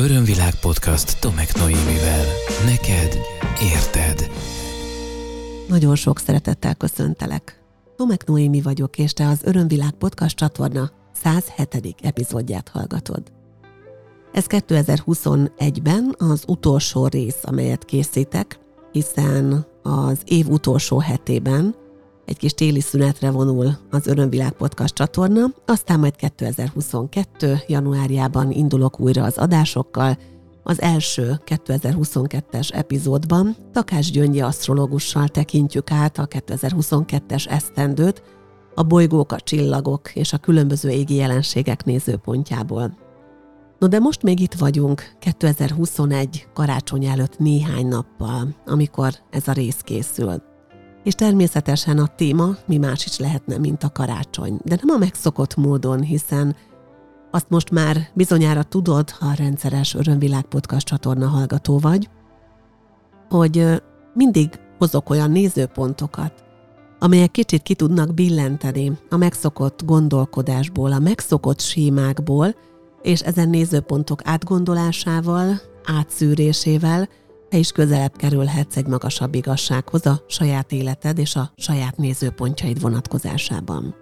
Örömvilág podcast Tomek Noémivel. Neked érted. Nagyon sok szeretettel köszöntelek. Tomek Noémi vagyok, és te az Örömvilág podcast csatorna 107. epizódját hallgatod. Ez 2021-ben az utolsó rész, amelyet készítek, hiszen az év utolsó hetében egy kis téli szünetre vonul az Örömvilág podcast csatorna, aztán majd 2022. januárjában indulok újra az adásokkal. Az első 2022-es epizódban Takács Gyöngyi asztrológussal tekintjük át a 2022-es esztendőt, a bolygók, a csillagok és a különböző égi jelenségek nézőpontjából. No de most még itt vagyunk 2021 karácsony előtt néhány nappal, amikor ez a rész készül. És természetesen a téma mi más is lehetne, mint a karácsony, de nem a megszokott módon, hiszen azt most már bizonyára tudod, ha rendszeres Örömvilág podcast csatorna hallgató vagy, hogy mindig hozok olyan nézőpontokat, amelyek kicsit ki tudnak billenteni a megszokott gondolkodásból, a megszokott sémákból, és ezen nézőpontok átgondolásával, átszűrésével te is közelebb kerülhetsz egy magasabb igazsághoz a saját életed és a saját nézőpontjaid vonatkozásában.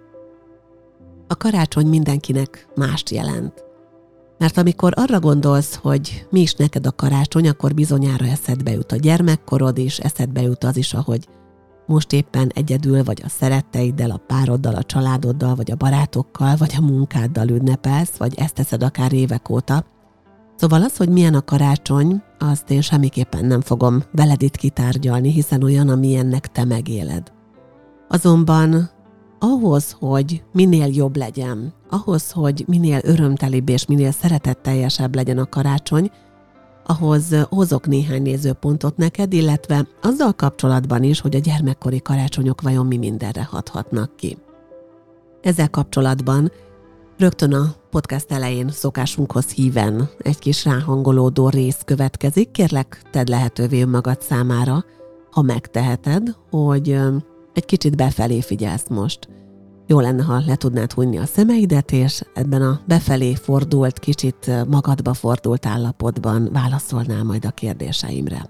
A karácsony mindenkinek mást jelent. Mert amikor arra gondolsz, hogy mi is neked a karácsony, akkor bizonyára eszedbe jut a gyermekkorod is, eszedbe jut az is, ahogy most éppen egyedül, vagy a szeretteiddel, a pároddal, a családoddal, vagy a barátokkal, vagy a munkáddal ünnepelsz, vagy ezt teszed akár évek óta. Szóval az, hogy milyen a karácsony, azt én semmiképpen nem fogom veled itt kitárgyalni, hiszen olyan, amilyennek te megéled. Azonban ahhoz, hogy minél jobb legyen, ahhoz, hogy minél örömtelibb és minél szeretetteljesebb legyen a karácsony, ahhoz hozok néhány nézőpontot neked, illetve azzal kapcsolatban is, hogy a gyermekkori karácsonyok vajon mi mindenre hathatnak ki. Ezzel kapcsolatban rögtön a podcast elején szokásunkhoz híven egy kis ráhangolódó rész következik. Kérlek, tedd lehetővé magad számára, ha megteheted, hogy egy kicsit befelé figyelsz most. Jó lenne, ha le tudnád hunyni a szemeidet, és ebben a befelé fordult, kicsit magadba fordult állapotban válaszolnál majd a kérdéseimre.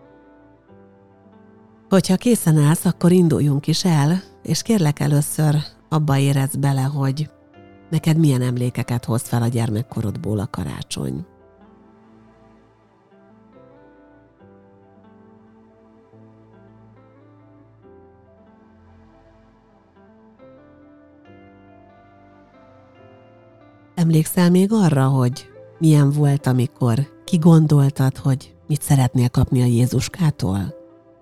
Hogyha készen állsz, akkor induljunk is el, és kérlek először abba érezd bele, hogy neked milyen emlékeket hoz fel a gyermekkorodból a karácsony. Emlékszel még arra, hogy milyen volt, amikor kigondoltad, hogy mit szeretnél kapni a Jézuskától?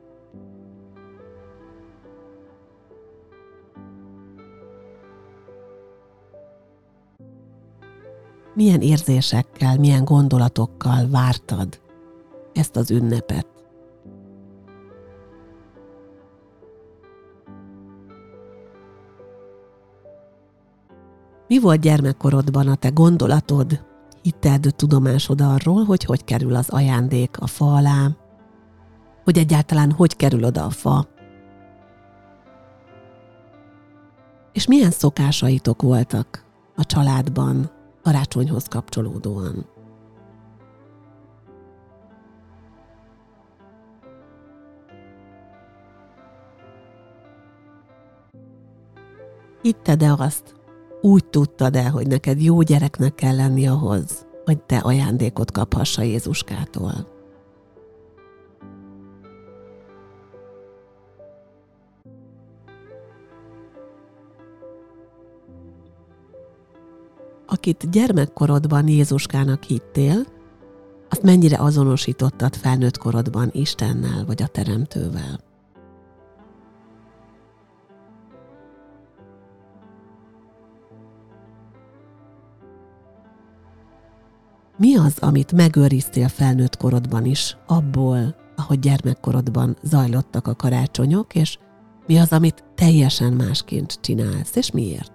Milyen érzésekkel, milyen gondolatokkal vártad ezt az ünnepet? Mi volt gyermekkorodban a te gondolatod, hitted, tudomásod arról, hogy kerül az ajándék a fa alá, hogy egyáltalán hogy kerül oda a fa? És milyen szokásaitok voltak a családban karácsonyhoz kapcsolódóan? Hitted-e azt, úgy tudtad-e, hogy neked jó gyereknek kell lenni ahhoz, hogy te ajándékot kaphass a Jézuskától? Akit gyermekkorodban Jézuskának hittél, azt mennyire azonosítottad felnőtt korodban Istennel vagy a Teremtővel? Mi az, amit megőriztél felnőtt korodban is abból, ahogy gyermekkorodban zajlottak a karácsonyok, és mi az, amit teljesen másként csinálsz, és miért?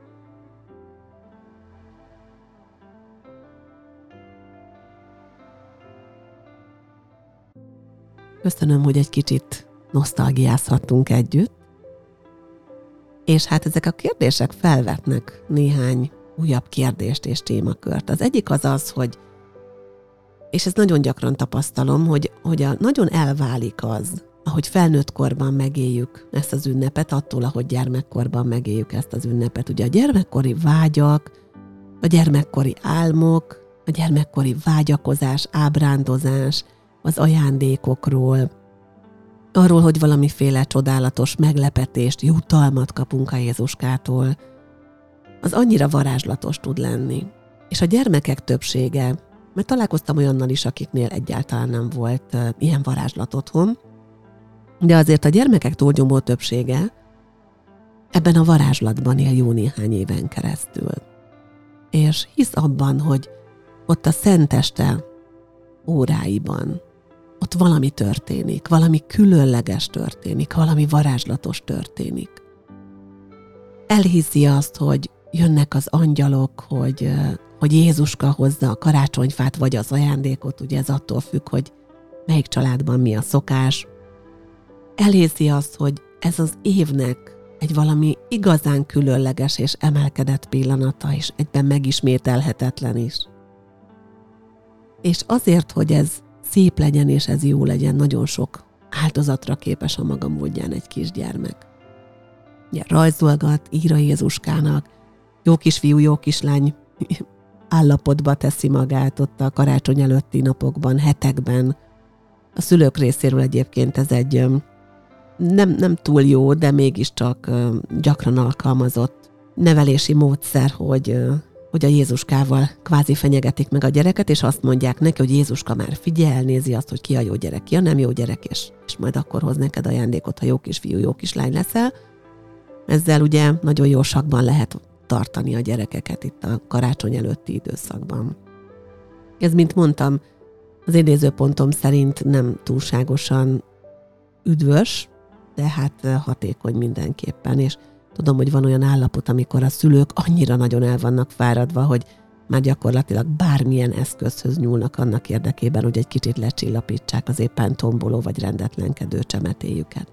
Köszönöm, hogy egy kicsit nosztalgiázhattunk együtt, és hát ezek a kérdések felvetnek néhány újabb kérdést és témakört. Az egyik az az, hogy és ezt nagyon gyakran tapasztalom, hogy nagyon elválik az, ahogy felnőtt korban megéljük ezt az ünnepet, attól, ahogy gyermekkorban megéljük ezt az ünnepet. Ugye a gyermekkori vágyak, a gyermekkori álmok, a gyermekkori vágyakozás, ábrándozás, az ajándékokról, arról, hogy valamiféle csodálatos meglepetést, jutalmat kapunk a Jézuskától, az annyira varázslatos tud lenni. És a gyermekek többsége, mert találkoztam olyannal is, akiknél egyáltalán nem volt ilyen varázslat otthon, de azért a gyermekek túlnyomó többsége ebben a varázslatban él jó néhány éven keresztül. És hisz abban, hogy ott a szenteste óráiban ott valami történik, valami különleges történik, valami varázslatos történik. Elhiszi azt, hogy jönnek az angyalok, hogy Jézuska hozza a karácsonyfát vagy az ajándékot, ugye ez attól függ, hogy melyik családban mi a szokás. Elhiszi azt, hogy ez az évnek egy valami igazán különleges és emelkedett pillanata, és egyben megismételhetetlen is. És azért, hogy ez szép legyen és ez jó legyen, nagyon sok áldozatra képes a maga módján egy kisgyermek. Ugye rajzolgat, ír a Jézuskának, jó kisfiú, jó kislány állapotba teszi magát ott a karácsony előtti napokban, hetekben. A szülők részéről egyébként ez egy nem túl jó, de mégiscsak gyakran alkalmazott nevelési módszer, hogy a Jézuskával kvázi fenyegetik meg a gyereket, és azt mondják neki, hogy Jézuska már figyel, nézi azt, hogy ki a jó gyerek, ki a nem jó gyerek, és majd akkor hoz neked ajándékot, ha jó kisfiú, jó kislány leszel. Ezzel ugye nagyon jó sakban lehet tartani a gyerekeket itt a karácsony előtti időszakban. Ez, mint mondtam, az idézőpontom szerint nem túlságosan üdvös, de hát hatékony mindenképpen, és tudom, hogy van olyan állapot, amikor a szülők annyira nagyon el vannak fáradva, hogy már gyakorlatilag bármilyen eszközhöz nyúlnak annak érdekében, hogy egy kicsit lecsillapítsák az éppen tomboló vagy rendetlenkedő csemetéjüket.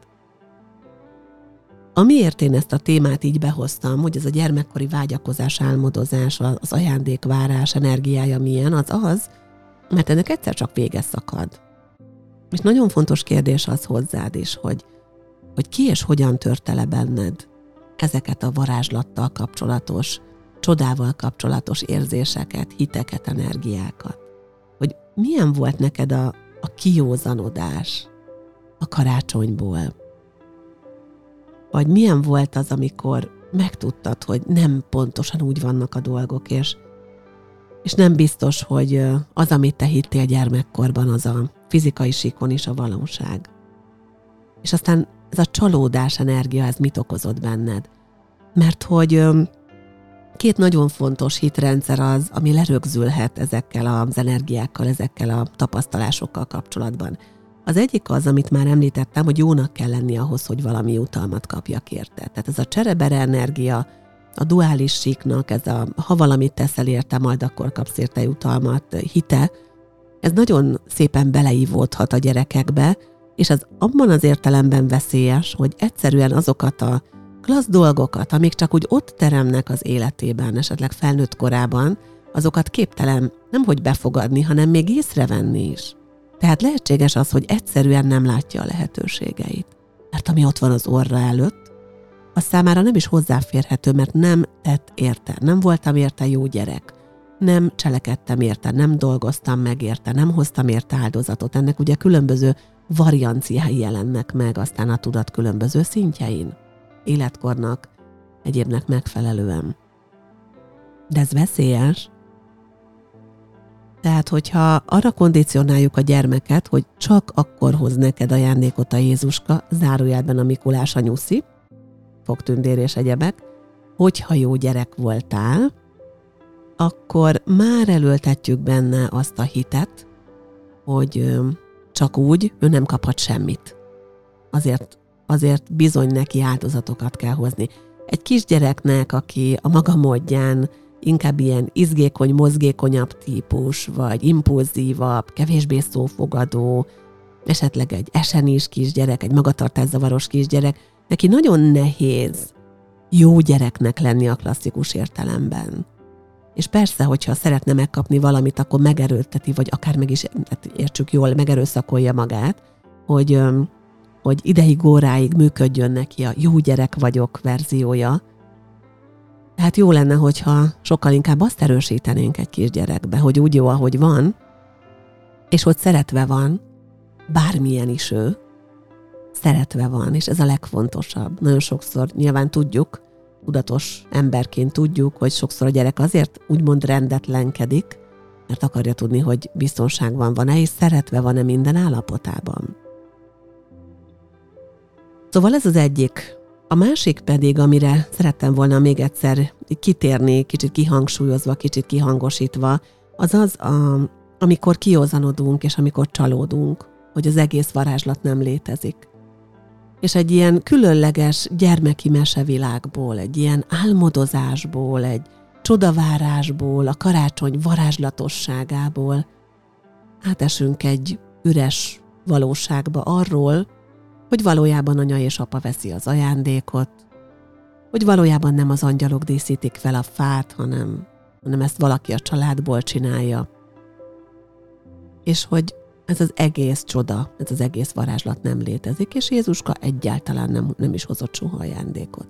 Amiért én ezt a témát így behoztam, hogy ez a gyermekkori vágyakozás, álmodozás, az ajándékvárás energiája milyen, az, mert ennek egyszer csak vége szakad. És nagyon fontos kérdés az hozzád is, hogy ki és hogyan törte le benned ezeket a varázslattal kapcsolatos, csodával kapcsolatos érzéseket, hiteket, energiákat. Hogy milyen volt neked a kijózanodás a karácsonyból? Vagy milyen volt az, amikor megtudtad, hogy nem pontosan úgy vannak a dolgok, és nem biztos, hogy az, amit te hittél gyermekkorban, az a fizikai síkon is a valóság. És aztán ez a csalódás energia, ez mit okozott benned? Mert hogy két nagyon fontos hitrendszer az, ami lerögzülhet ezekkel az energiákkal, ezekkel a tapasztalásokkal kapcsolatban. Az egyik az, amit már említettem, hogy jónak kell lenni ahhoz, hogy valami jutalmat kapjak érte. Tehát ez a cserebere energia, a duális síknak, ez a ha valamit teszel érte, majd akkor kapsz érte jutalmat hite, ez nagyon szépen beleívódhat a gyerekekbe, és az abban az értelemben veszélyes, hogy egyszerűen azokat a klassz dolgokat, amik csak úgy ott teremnek az életében, esetleg felnőtt korában, azokat képtelen nemhogy befogadni, hanem még észrevenni is. Tehát lehetséges az, hogy egyszerűen nem látja a lehetőségeit. Mert ami ott van az orra előtt, az számára nem is hozzáférhető, mert nem tett érte, nem voltam érte jó gyerek, nem cselekedtem érte, nem dolgoztam meg érte, nem hoztam érte áldozatot. Ennek ugye különböző varianciái jelennek meg aztán a tudat különböző szintjein, életkornak, egyébnek megfelelően. De ez veszélyes. Tehát, hogyha arra kondicionáljuk a gyermeket, hogy csak akkor hoz neked ajándékot a Jézuska, zárójelben a Mikulás, a nyuszi, fogtündér és egyebek, hogyha jó gyerek voltál, akkor már elültetjük benne azt a hitet, hogy csak úgy ő nem kaphat semmit. Azért bizony neki áldozatokat kell hozni. Egy kisgyereknek, aki a maga módján inkább ilyen izgékony, mozgékonyabb típus, vagy impulzívabb, kevésbé szófogadó, esetleg egy esenis kisgyerek, egy magatartászavaros kisgyerek, neki nagyon nehéz jó gyereknek lenni a klasszikus értelemben. És persze, hogyha szeretne megkapni valamit, akkor megerőlteti, vagy akár meg is, értsük jól, megerőszakolja magát, hogy ideig, óráig működjön neki a jó gyerek vagyok verziója. Tehát jó lenne, hogyha sokkal inkább azt erősítenénk egy kisgyerekbe, hogy úgy jó, ahogy van, és hogy szeretve van, bármilyen is ő, szeretve van, és ez a legfontosabb. Nagyon sokszor nyilván tudjuk, tudatos emberként tudjuk, hogy sokszor a gyerek azért úgymond rendetlenkedik, mert akarja tudni, hogy biztonságban van-e, és szeretve van-e minden állapotában. Szóval ez az egyik. A másik pedig, amire szerettem volna még egyszer kitérni, kicsit kihangsúlyozva, kicsit kihangosítva, az, amikor kiózanodunk, és amikor csalódunk, hogy az egész varázslat nem létezik. És egy ilyen különleges gyermeki mesevilágból, egy ilyen álmodozásból, egy csodavárásból, a karácsony varázslatosságából átesünk egy üres valóságba arról, hogy valójában anya és apa veszi az ajándékot, hogy valójában nem az angyalok díszítik fel a fát, hanem ezt valaki a családból csinálja. És hogy ez az egész csoda, ez az egész varázslat nem létezik, és Jézuska egyáltalán nem is hozott soha ajándékot.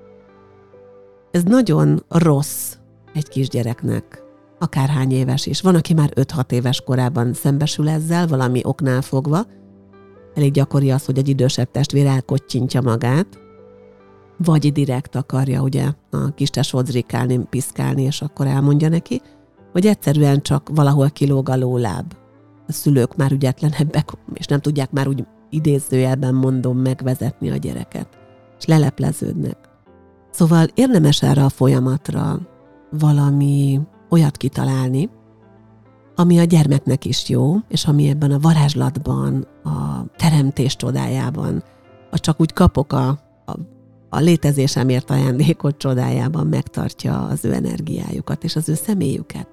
Ez nagyon rossz egy kisgyereknek, akárhány éves is. Van, aki már 5-6 éves korában szembesül ezzel, valami oknál fogva. Elég gyakori az, hogy egy idősebb testvér elkottyintja magát, vagy direkt akarja ugye a kis tesót zrikálni, piszkálni, és akkor elmondja neki, hogy egyszerűen csak valahol kilóg a lóláb. A szülők már ügyetlenebbek, és nem tudják már úgy idézőjelben mondom megvezetni a gyereket, és lelepleződnek. Szóval érdemes erre a folyamatra valami olyat kitalálni, ami a gyermeknek is jó, és ami ebben a varázslatban, a teremtés csodájában, a csak úgy kapok a létezésemért ajándékot csodájában megtartja az ő energiájukat és az ő személyüket.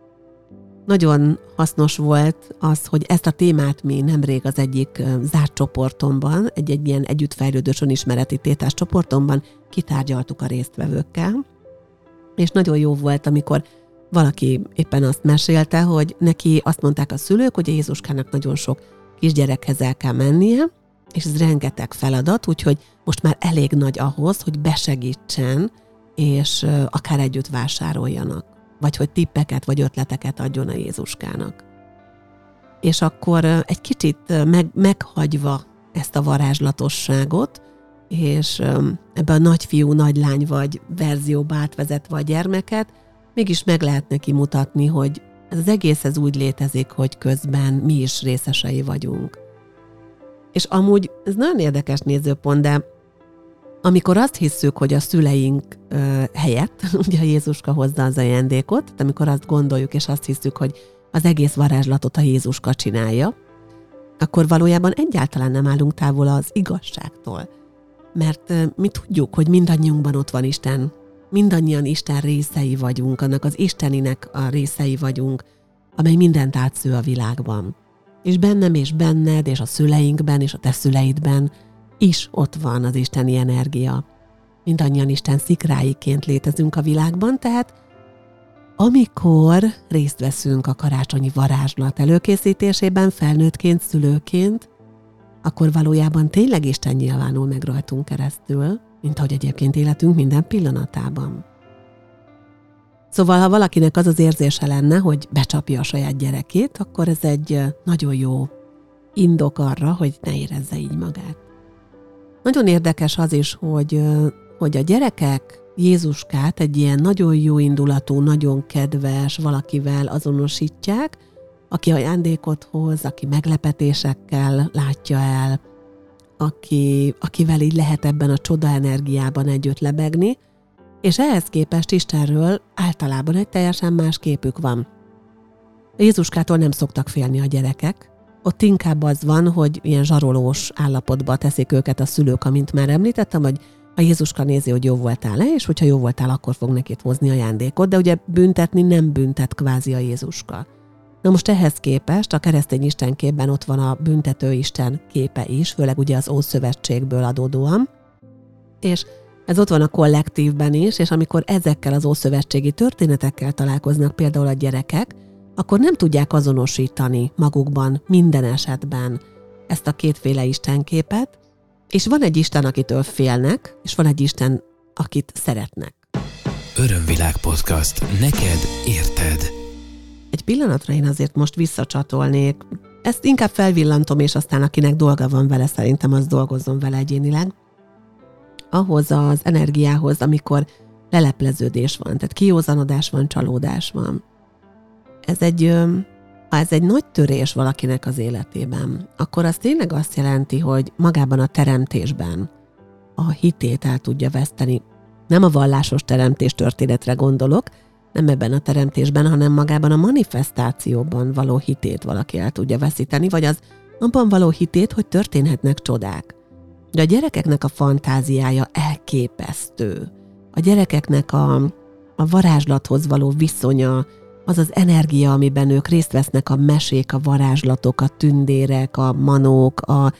Nagyon hasznos volt az, hogy ezt a témát mi nemrég az egyik zárt csoportomban, egy ilyen együttfejlődős önismereti tétás csoportomban kitárgyaltuk a résztvevőkkel, és nagyon jó volt, amikor valaki éppen azt mesélte, hogy neki azt mondták a szülők, hogy a Jézuskának nagyon sok kisgyerekhez el kell mennie, és ez rengeteg feladat, úgyhogy most már elég nagy ahhoz, hogy besegítsen, és akár együtt vásároljanak, vagy hogy tippeket vagy ötleteket adjon a Jézuskának. És akkor egy kicsit meghagyva ezt a varázslatosságot, és ebbe a nagyfiú, nagylány vagy verzióba átvezetve a gyermeket, mégis meg lehet neki mutatni, hogy ez az egész ez úgy létezik, hogy közben mi is részesei vagyunk. És amúgy ez nagyon érdekes nézőpont, de amikor azt hisszük, hogy a szüleink helyett, ugye a Jézuska hozza az ajándékot, amikor azt gondoljuk és azt hiszük, hogy az egész varázslatot a Jézuska csinálja, akkor valójában egyáltalán nem állunk távol az igazságtól. Mert mi tudjuk, hogy mindannyiunkban ott van Isten, mindannyian Isten részei vagyunk, annak az Isteninek a részei vagyunk, amely mindent átsző a világban. És bennem és benned, és a szüleinkben, és a te szüleidben is ott van az isteni energia. Mindannyian Isten szikráiként létezünk a világban, tehát amikor részt veszünk a karácsonyi varázslat előkészítésében, felnőttként, szülőként, akkor valójában tényleg Isten nyilvánul meg rajtunk keresztül, mint ahogy egyébként életünk minden pillanatában. Szóval, ha valakinek az az érzése lenne, hogy becsapja a saját gyerekét, akkor ez egy nagyon jó indok arra, hogy ne érezze így magát. Nagyon érdekes az is, hogy a gyerekek Jézuskát egy ilyen nagyon jó indulatú, nagyon kedves valakivel azonosítják, aki ajándékot hoz, aki meglepetésekkel látja el, akivel így lehet ebben a csoda energiában együtt lebegni, és ehhez képest Istenről általában egy teljesen más képük van. A Jézuskától nem szoktak félni a gyerekek, ott inkább az van, hogy ilyen zsarolós állapotba teszik őket a szülők, amint már említettem, hogy a Jézuska nézi, hogy jó voltál-e, és hogyha jó voltál, akkor fog neked hozni ajándékot, de ugye büntetni nem büntet kvázi a Jézuska. Na most ehhez képest a keresztény istenképben ott van a büntető Isten képe is, főleg ugye az Ószövetségből adódóan, és Ez ott van a kollektívben is, és amikor ezekkel az ószövetségi történetekkel találkoznak például a gyerekek, akkor nem tudják azonosítani magukban minden esetben ezt a kétféle istenképet, és van egy Isten, akitől félnek, és van egy Isten, akit szeretnek. Örömvilág podcast. Neked érted. Egy pillanatra én azért most visszacsatolnék. Ezt inkább felvillantom, és aztán akinek dolga van vele, szerintem az dolgozzon vele egyénileg. Ahhoz az energiához, amikor lelepleződés van, tehát kiózanodás van, csalódás van. Ha ez egy nagy törés valakinek az életében, akkor az tényleg azt jelenti, hogy magában a teremtésben a hitét el tudja veszteni. Nem a vallásos teremtés történetre gondolok, nem ebben a teremtésben, hanem magában a manifestációban való hitét valaki el tudja veszíteni, vagy az abban való hitét, hogy történhetnek csodák. De a gyerekeknek a fantáziája elképesztő. A gyerekeknek a varázslathoz való viszonya, az az energia, amiben ők részt vesznek, a mesék, a varázslatok, a tündérek, a manók, a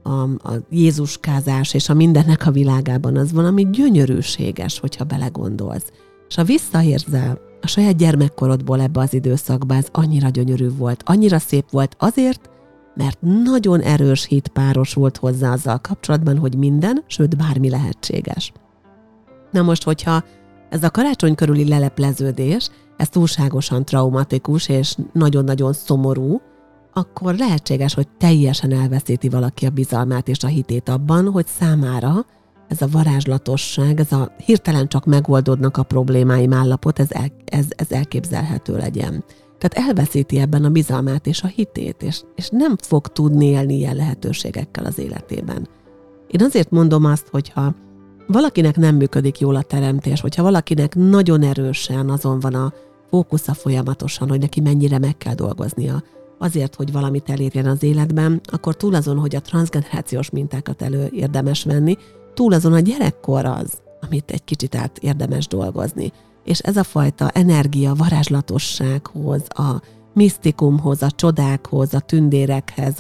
jézuskázás és a mindennek a világában, az valami gyönyörűséges, hogyha belegondolsz. És ha visszaérzel a saját gyermekkorodból ebbe az időszakba, ez annyira gyönyörű volt, annyira szép volt azért, mert nagyon erős hit párosult hozzá azzal kapcsolatban, hogy minden, sőt bármi lehetséges. Na most, hogyha ez a karácsony körüli lelepleződés, ez túlságosan traumatikus és nagyon-nagyon szomorú, akkor lehetséges, hogy teljesen elveszíti valaki a bizalmát és a hitét abban, hogy számára ez a varázslatosság, ez a hirtelen csak megoldódnak a problémáim állapot, ez elképzelhető legyen. Tehát elveszíti ebben a bizalmát és a hitét, és nem fog tudni élni ilyen lehetőségekkel az életében. Én azért mondom azt, hogyha valakinek nem működik jól a teremtés, hogyha valakinek nagyon erősen azon van a fókusza folyamatosan, hogy neki mennyire meg kell dolgoznia azért, hogy valamit elérjen az életben, akkor túl azon, hogy a transzgenerációs mintákat érdemes venni, túl azon a gyerekkor az, amit egy kicsit át érdemes dolgozni. És ez a fajta energia varázslatossághoz, a misztikumhoz, a csodákhoz, a tündérekhez,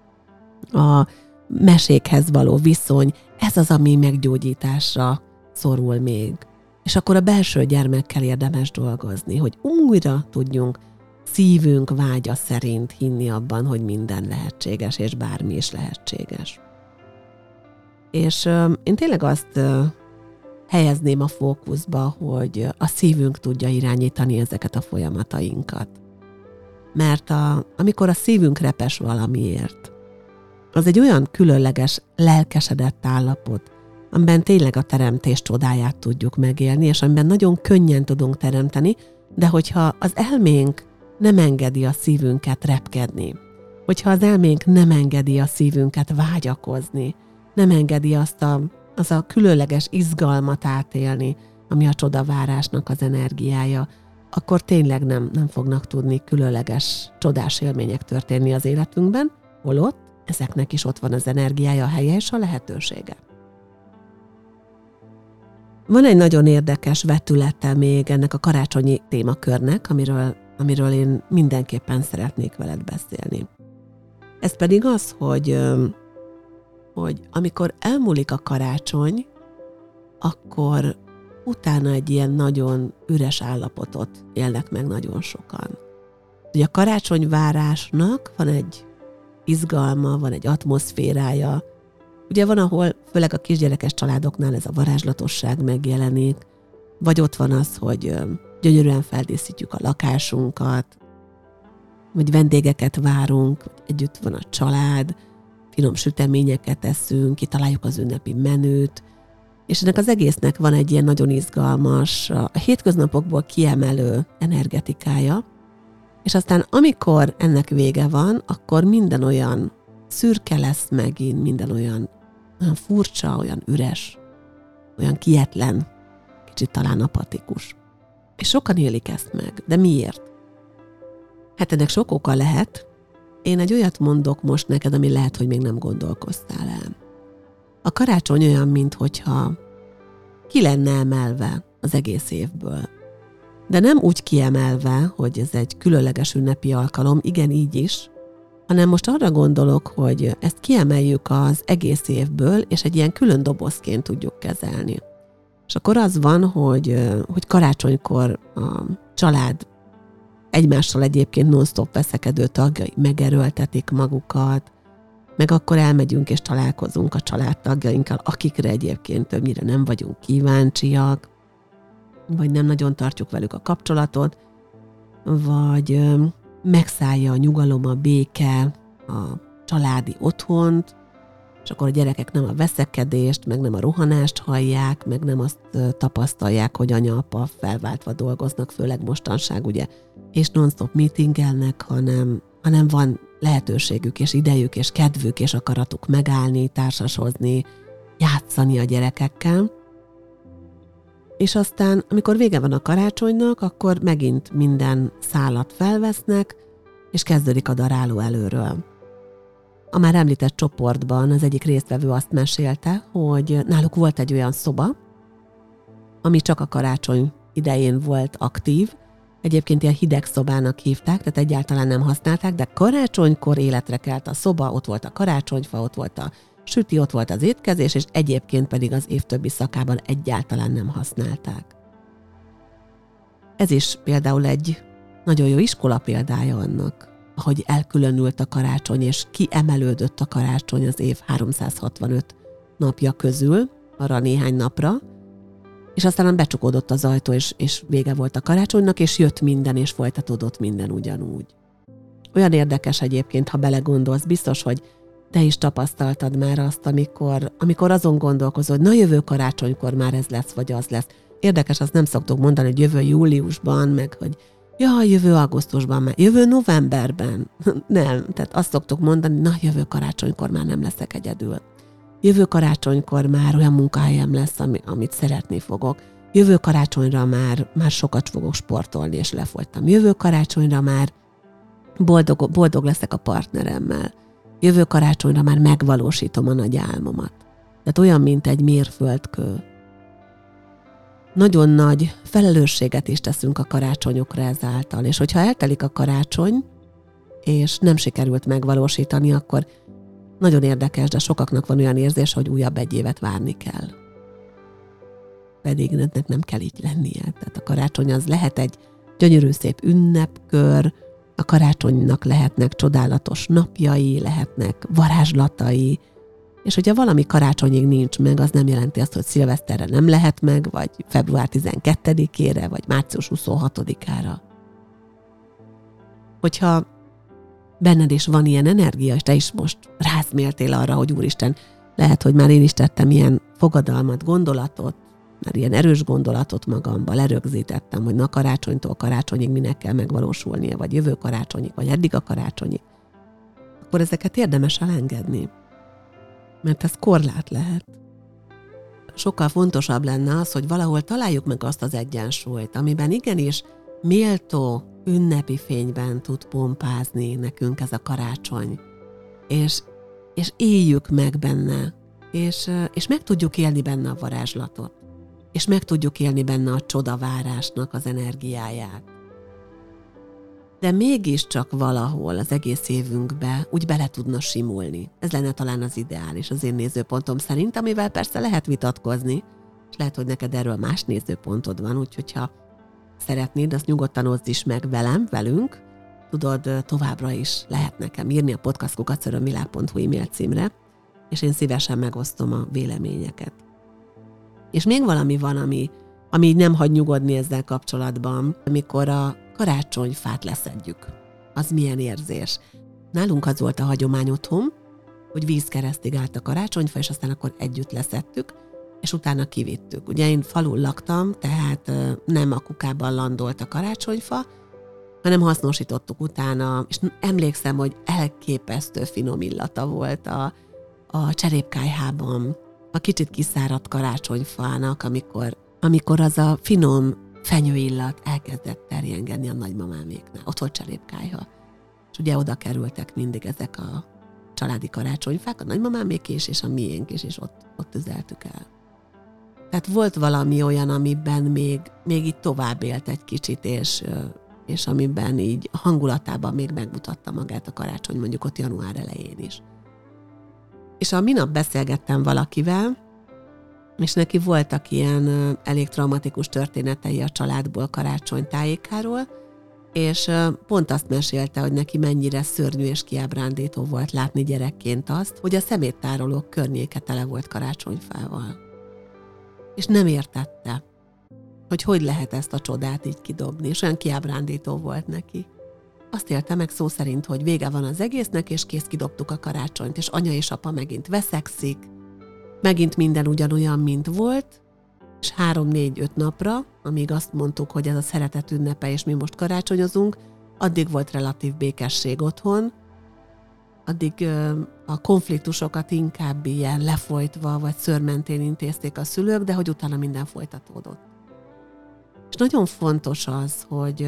a mesékhez való viszony, ez az, ami meggyógyításra szorul még. És akkor a belső gyermekkel érdemes dolgozni, hogy újra tudjunk szívünk vágya szerint hinni abban, hogy minden lehetséges, és bármi is lehetséges. És én tényleg azt helyezném a fókuszba, hogy a szívünk tudja irányítani ezeket a folyamatainkat. Mert amikor a szívünk repes valamiért, az egy olyan különleges, lelkesedett állapot, amiben tényleg a teremtés csodáját tudjuk megélni, és amiben nagyon könnyen tudunk teremteni, de hogyha az elménk nem engedi a szívünket repkedni, hogyha az elménk nem engedi a szívünket vágyakozni, nem engedi az a különleges izgalmat átélni, ami a csodavárásnak az energiája, akkor tényleg nem fognak tudni különleges, csodás élmények történni az életünkben, holott ezeknek is ott van az energiája, a helye és a lehetősége. Van egy nagyon érdekes vetülete még ennek a karácsonyi témakörnek, amiről én mindenképpen szeretnék veled beszélni. Ez pedig az, hogy amikor elmúlik a karácsony, akkor utána egy ilyen nagyon üres állapotot élnek meg nagyon sokan. Ugye a karácsonyvárásnak van egy izgalma, van egy atmoszférája. Ugye van, ahol főleg a kisgyerekes családoknál ez a varázslatosság megjelenik, vagy ott van az, hogy gyönyörűen feldíszítjük a lakásunkat, vagy vendégeket várunk, vagy együtt van a család, finom süteményeket eszünk, kitaláljuk az ünnepi menüt, és ennek az egésznek van egy ilyen nagyon izgalmas, a hétköznapokból kiemelő energetikája, és aztán amikor ennek vége van, akkor minden olyan szürke lesz megint, minden olyan furcsa, olyan üres, olyan kietlen, kicsit talán apatikus. És sokan élik ezt meg. De miért? Hát ennek sok oka lehet. Én egy olyat mondok most neked, ami lehet, hogy még nem gondolkoztál el. A karácsony olyan, minthogyha ki lenne emelve az egész évből. De nem úgy kiemelve, hogy ez egy különleges ünnepi alkalom, igen, így is, hanem most arra gondolok, hogy ezt kiemeljük az egész évből, és egy ilyen külön dobozként tudjuk kezelni. És akkor az van, hogy karácsonykor a család egymással egyébként non-stop veszekedő tagjai megerőltetik magukat, meg akkor elmegyünk és találkozunk a családtagjainkkal, akikre egyébként többnyire nem vagyunk kíváncsiak, vagy nem nagyon tartjuk velük a kapcsolatot, vagy megszállja a nyugalom, a béke, a családi otthont, és akkor a gyerekek nem a veszekedést, meg nem a rohanást hallják, meg nem azt tapasztalják, hogy anya-apa felváltva dolgoznak, főleg mostanság, ugye, és non-stop meetingelnek, hanem van lehetőségük, és idejük, és kedvük, és akaratuk megállni, társasozni, játszani a gyerekekkel. És aztán, amikor vége van a karácsonynak, akkor megint minden szálat felvesznek, és kezdődik a daráló előről. A már említett csoportban az egyik résztvevő azt mesélte, hogy náluk volt egy olyan szoba, ami csak a karácsony idején volt aktív. Egyébként ilyen hideg szobának hívták, tehát egyáltalán nem használták, de karácsonykor életre kelt a szoba, ott volt a karácsonyfa, ott volt a süti, ott volt az étkezés, és egyébként pedig az év többi szakában egyáltalán nem használták. Ez is például egy nagyon jó iskola példája annak, ahogy elkülönült a karácsony, és kiemelődött a karácsony az év 365 napja közül, arra néhány napra, és aztán becsukódott az ajtó, és vége volt a karácsonynak, és jött minden, és folytatódott minden ugyanúgy. Olyan érdekes egyébként, ha belegondolsz, biztos, hogy te is tapasztaltad már azt, amikor azon gondolkozol, hogy na jövő karácsonykor már ez lesz, vagy az lesz. Érdekes, azt nem szoktuk mondani, hogy jövő júliusban, meg hogy jövő augusztusban, már jövő novemberben. Nem, tehát azt szoktuk mondani, na jövő karácsonykor már nem leszek egyedül. Jövő karácsonykor már olyan munkahelyem lesz, amit szeretni fogok. Jövő karácsonyra már sokat fogok sportolni, és lefogytam. Jövő karácsonyra már boldog leszek a partneremmel. Jövő karácsonyra már megvalósítom a nagy álmomat. Tehát olyan, mint egy mérföldkő. Nagyon nagy felelősséget is teszünk a karácsonyokra ezáltal, és hogyha eltelik a karácsony, és nem sikerült megvalósítani, akkor nagyon érdekes, de sokaknak van olyan érzés, hogy újabb egy évet várni kell. Pedig ennek nem kell így lennie. Tehát a karácsony az lehet egy gyönyörű szép ünnepkör, a karácsonynak lehetnek csodálatos napjai, lehetnek varázslatai, és hogyha valami karácsonyig nincs meg, az nem jelenti azt, hogy szilveszterre nem lehet meg, vagy február 12-ére, vagy március 26-ára. Hogyha benned is van ilyen energia, és te is most rászméltél arra, hogy úristen, lehet, hogy már én is tettem ilyen fogadalmat, gondolatot, már ilyen erős gondolatot magamba, lerögzítettem, hogy na karácsonytól karácsonyig minek kell megvalósulnia, vagy jövő karácsonyig, vagy eddig a karácsonyig, akkor ezeket érdemes elengedni. Mert ez korlát lehet. Sokkal fontosabb lenne az, hogy valahol találjuk meg azt az egyensúlyt, amiben igenis méltó, ünnepi fényben tud pompázni nekünk ez a karácsony. És éljük meg benne, és meg tudjuk élni benne a varázslatot. És meg tudjuk élni benne a csodavárásnak az energiáját. De mégiscsak valahol az egész évünkbe úgy bele tudna simulni. Ez lenne talán az ideális az én nézőpontom szerint, amivel persze lehet vitatkozni, és lehet, hogy neked erről más nézőpontod van, úgyhogy ha szeretnéd, azt nyugodtan oszd is meg velünk. Tudod, továbbra is lehet nekem írni a podcast@örömvilág.hu e-mail címre, és én szívesen megosztom a véleményeket. És még valami van, ami nem hagy nyugodni ezzel kapcsolatban, amikor a karácsonyfát leszedjük. Az milyen érzés? Nálunk az volt a hagyomány otthon, hogy vízkeresztig állt a karácsonyfa, és aztán akkor együtt leszedtük, és utána kivittük. Ugye én falun laktam, tehát nem a kukában landolt a karácsonyfa, hanem hasznosítottuk utána, és emlékszem, hogy elképesztő finom illata volt a cserépkályhában, a kicsit kiszáradt karácsonyfának, amikor az a finom fenyőillat elkezdett terjengeni a nagymamáméknál. Ott volt cserépkályha. És ugye oda kerültek mindig ezek a családi karácsonyfák, a nagymamámék is, és a miénk is, és ott tüzeltük el. Tehát volt valami olyan, amiben még így tovább élt egy kicsit, és amiben így a hangulatában még megmutatta magát a karácsony, mondjuk ott január elején is. És a minap beszélgettem valakivel, és neki voltak ilyen elég traumatikus történetei a családból karácsony tájékáról, és pont azt mesélte, hogy neki mennyire szörnyű és kiábrándító volt látni gyerekként azt, hogy a szeméttárolók környéke tele volt karácsonyfával. És nem értette, hogy lehet ezt a csodát így kidobni, és olyan kiábrándító volt neki. Azt élte meg szó szerint, hogy vége van az egésznek, és kész, kidobtuk a karácsonyt, és anya és apa megint veszekszik, megint minden ugyanolyan, mint volt, és 3-4-5 napra, amíg azt mondtuk, hogy ez a szeretet ünnepe, és mi most karácsonyozunk, addig volt relatív békesség otthon, addig a konfliktusokat inkább ilyen lefolytva, vagy szőrmentén intézték a szülők, de hogy utána minden folytatódott. És nagyon fontos az, hogy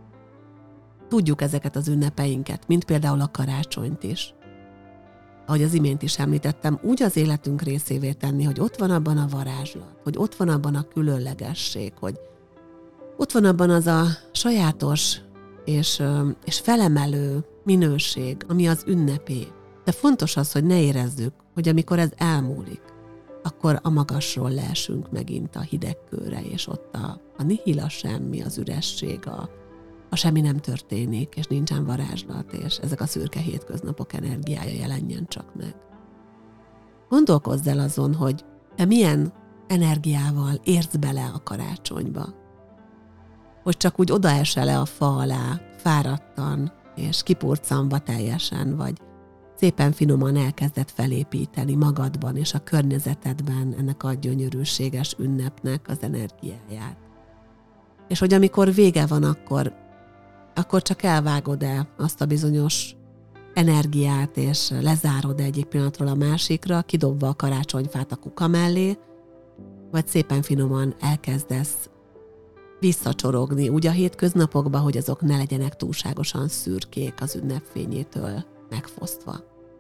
tudjuk ezeket az ünnepeinket, mint például a karácsonyt is. Ahogy az imént is említettem, úgy az életünk részévé tenni, hogy ott van abban a varázslat, hogy ott van abban a különlegesség, hogy ott van abban az a sajátos és felemelő minőség, ami az ünnepé. De fontos az, hogy ne érezzük, hogy amikor ez elmúlik, akkor a magasról leesünk megint a hidegkőre, és ott a nihil, a semmi, az üresség, a semmi nem történik, és nincsen varázslat, és ezek a szürke hétköznapok energiája jelenjen csak meg. Gondolkozz el azon, hogy te milyen energiával érsz bele a karácsonyba. Hogy csak úgy odaesel-e a fa alá, fáradtan, és kipurcanva teljesen, vagy szépen finoman elkezded felépíteni magadban és a környezetedben ennek a gyönyörűséges ünnepnek az energiáját. És hogy amikor vége van, akkor csak elvágod-e azt a bizonyos energiát, és lezárod egyik pillanatról a másikra, kidobva a karácsonyfát a kuka mellé, vagy szépen finoman elkezdesz visszacsorogni úgy a hétköznapokba, hogy azok ne legyenek túlságosan szürkék az ünnepfényétől megfosztva.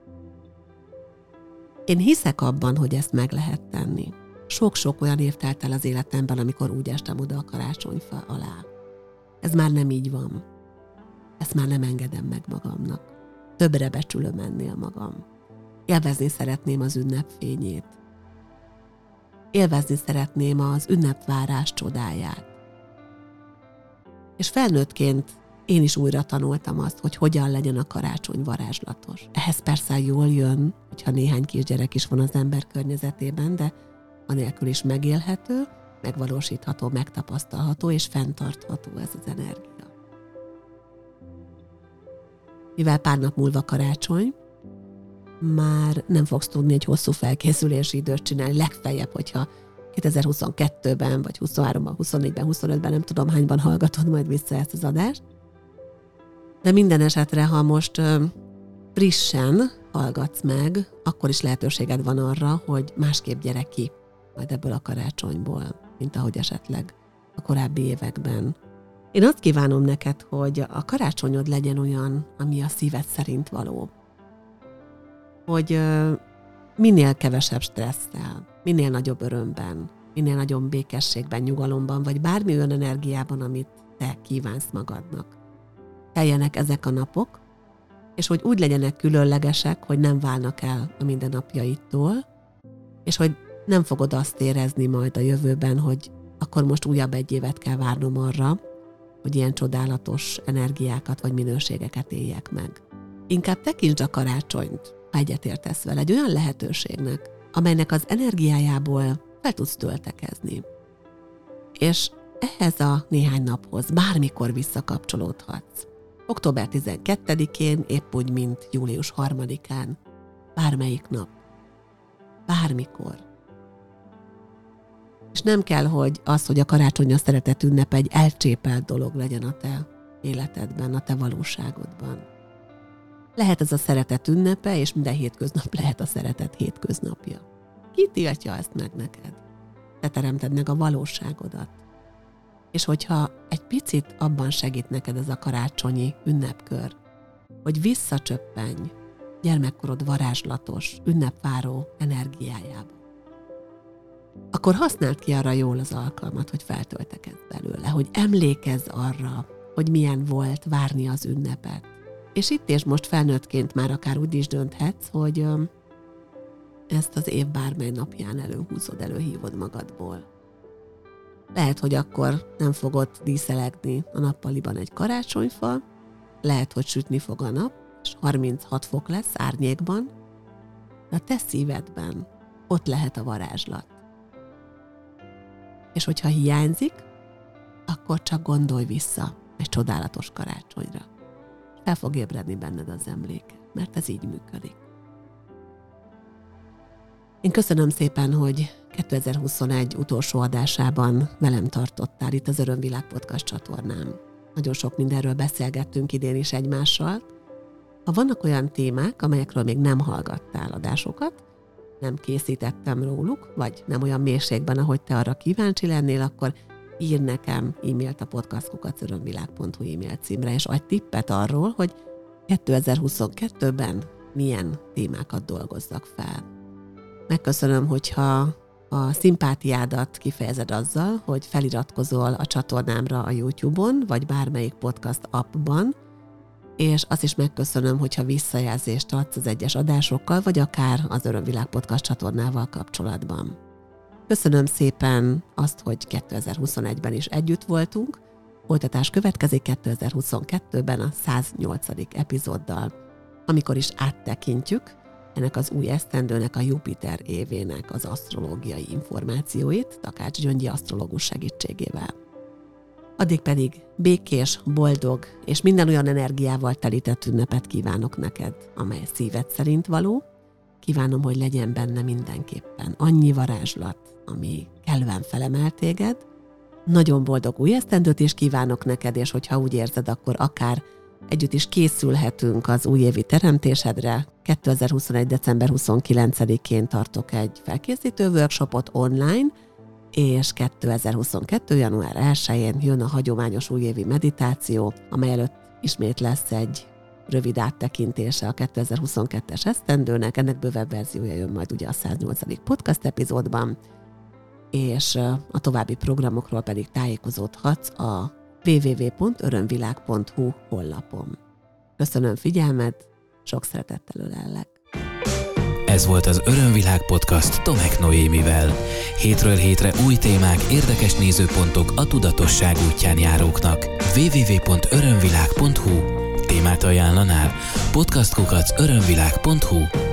Én hiszek abban, hogy ezt meg lehet tenni. Sok-sok olyan év telt el az életemben, amikor úgy estem oda a karácsonyfa alá. Ez már nem így van. Ezt már nem engedem meg magamnak. Többre becsülöm ennél magam. Élvezni szeretném az ünnepfényét. Élvezni szeretném az ünnepvárás csodáját. És felnőttként én is újra tanultam azt, hogy hogyan legyen a karácsony varázslatos. Ehhez persze jól jön, hogyha néhány kisgyerek is van az ember környezetében, de anélkül is megélhető, megvalósítható, megtapasztalható és fenntartható ez az energia. Mivel pár nap múlva karácsony, már nem fogsz tudni egy hosszú felkészülési időt csinálni, legfeljebb, hogyha 2022-ben, vagy 23-ban, 24-ben, 25-ben, nem tudom hányban hallgatod majd vissza ezt az adást. De minden esetre, ha most frissen hallgatsz meg, akkor is lehetőséged van arra, hogy másképp gyere ki majd ebből a karácsonyból, mint ahogy esetleg a korábbi években. Én azt kívánom neked, hogy a karácsonyod legyen olyan, ami a szíved szerint való. Hogy minél kevesebb stresszel, minél nagyobb örömben, minél nagyobb békességben, nyugalomban, vagy bármi olyan energiában, amit te kívánsz magadnak. Teljenek ezek a napok, és hogy úgy legyenek különlegesek, hogy nem válnak el a mindennapjaitól, és hogy nem fogod azt érezni majd a jövőben, hogy akkor most újabb egy évet kell várnom arra, hogy ilyen csodálatos energiákat vagy minőségeket éljek meg. Inkább tekintsd a karácsonyt, ha egyetértesz vele, egy olyan lehetőségnek, amelynek az energiájából fel tudsz töltekezni. És ehhez a néhány naphoz bármikor visszakapcsolódhatsz. Október 12-én, épp úgy, mint július 3-án, bármelyik nap, bármikor. És nem kell, hogy az, hogy a karácsony a szeretet ünnep egy elcsépelt dolog legyen a te életedben, a te valóságodban. Lehet ez a szeretet ünnepe, és minden hétköznap lehet a szeretet hétköznapja. Ki tiltja ezt meg neked? Te teremted meg a valóságodat. És hogyha egy picit abban segít neked ez a karácsonyi ünnepkör, hogy visszacsöppenj gyermekkorod varázslatos, ünnepváró energiájába, akkor használd ki arra jól az alkalmat, hogy feltöltekezz belőle, hogy emlékezz arra, hogy milyen volt várni az ünnepet. És itt és most felnőttként már akár úgy is dönthetsz, hogy ezt az év bármely napján előhúzod, előhívod magadból. Lehet, hogy akkor nem fogod díszelegni a nappaliban egy karácsonyfa, lehet, hogy sütni fog a nap, és 36 fok lesz árnyékban, de a te szívedben ott lehet a varázslat. És hogyha hiányzik, akkor csak gondolj vissza egy csodálatos karácsonyra. Fel fog ébredni benned az emléke, mert ez így működik. Én köszönöm szépen, hogy 2021 utolsó adásában velem tartottál itt az Örömvilág Podcast csatornán. Nagyon sok mindenről beszélgettünk idén is egymással. Ha vannak olyan témák, amelyekről még nem hallgattál adásokat, nem készítettem róluk, vagy nem olyan mélységben, ahogy te arra kíváncsi lennél, akkor ír nekem e-mailt a podcast@örömvilág.hu e-mail címre, és adj tippet arról, hogy 2022-ben milyen témákat dolgozzak fel. Megköszönöm, hogyha a szimpátiádat kifejezed azzal, hogy feliratkozol a csatornámra a YouTube-on, vagy bármelyik podcast appban, és azt is megköszönöm, hogyha visszajelzést adsz az egyes adásokkal, vagy akár az Örömvilág Podcast csatornával kapcsolatban. Köszönöm szépen azt, hogy 2021-ben is együtt voltunk. Folytatás következik 2022-ben a 108. epizóddal, amikor is áttekintjük ennek az új esztendőnek, a Jupiter évének az asztrológiai információit Takács Gyöngyi asztrológus segítségével. Addig pedig békés, boldog és minden olyan energiával telített ünnepet kívánok neked, amely szíved szerint való. Kívánom, hogy legyen benne mindenképpen annyi varázslat, ami kellően felemel téged. Nagyon boldog új esztendőt is kívánok neked, és hogyha úgy érzed, akkor akár együtt is készülhetünk az újévi teremtésedre. 2021. december 29-én tartok egy felkészítő workshopot online, és 2022. január 1-én jön a hagyományos újévi meditáció, amely előtt ismét lesz egy rövid áttekintése a 2022-es esztendőnek, ennek bővebb verziója jön majd ugye a 108. podcast epizódban, és a további programokról pedig tájékozódhatsz a www.örömvilág.hu honlapon. Köszönöm figyelmed, sok szeretettel ölellek. Ez volt az Örömvilág Podcast Tomek Noémivel. Hétről hétre új témák, érdekes nézőpontok a tudatosság útján járóknak. www.örömvilág.hu Témát ajánlanál? podcast@örömvilág.hu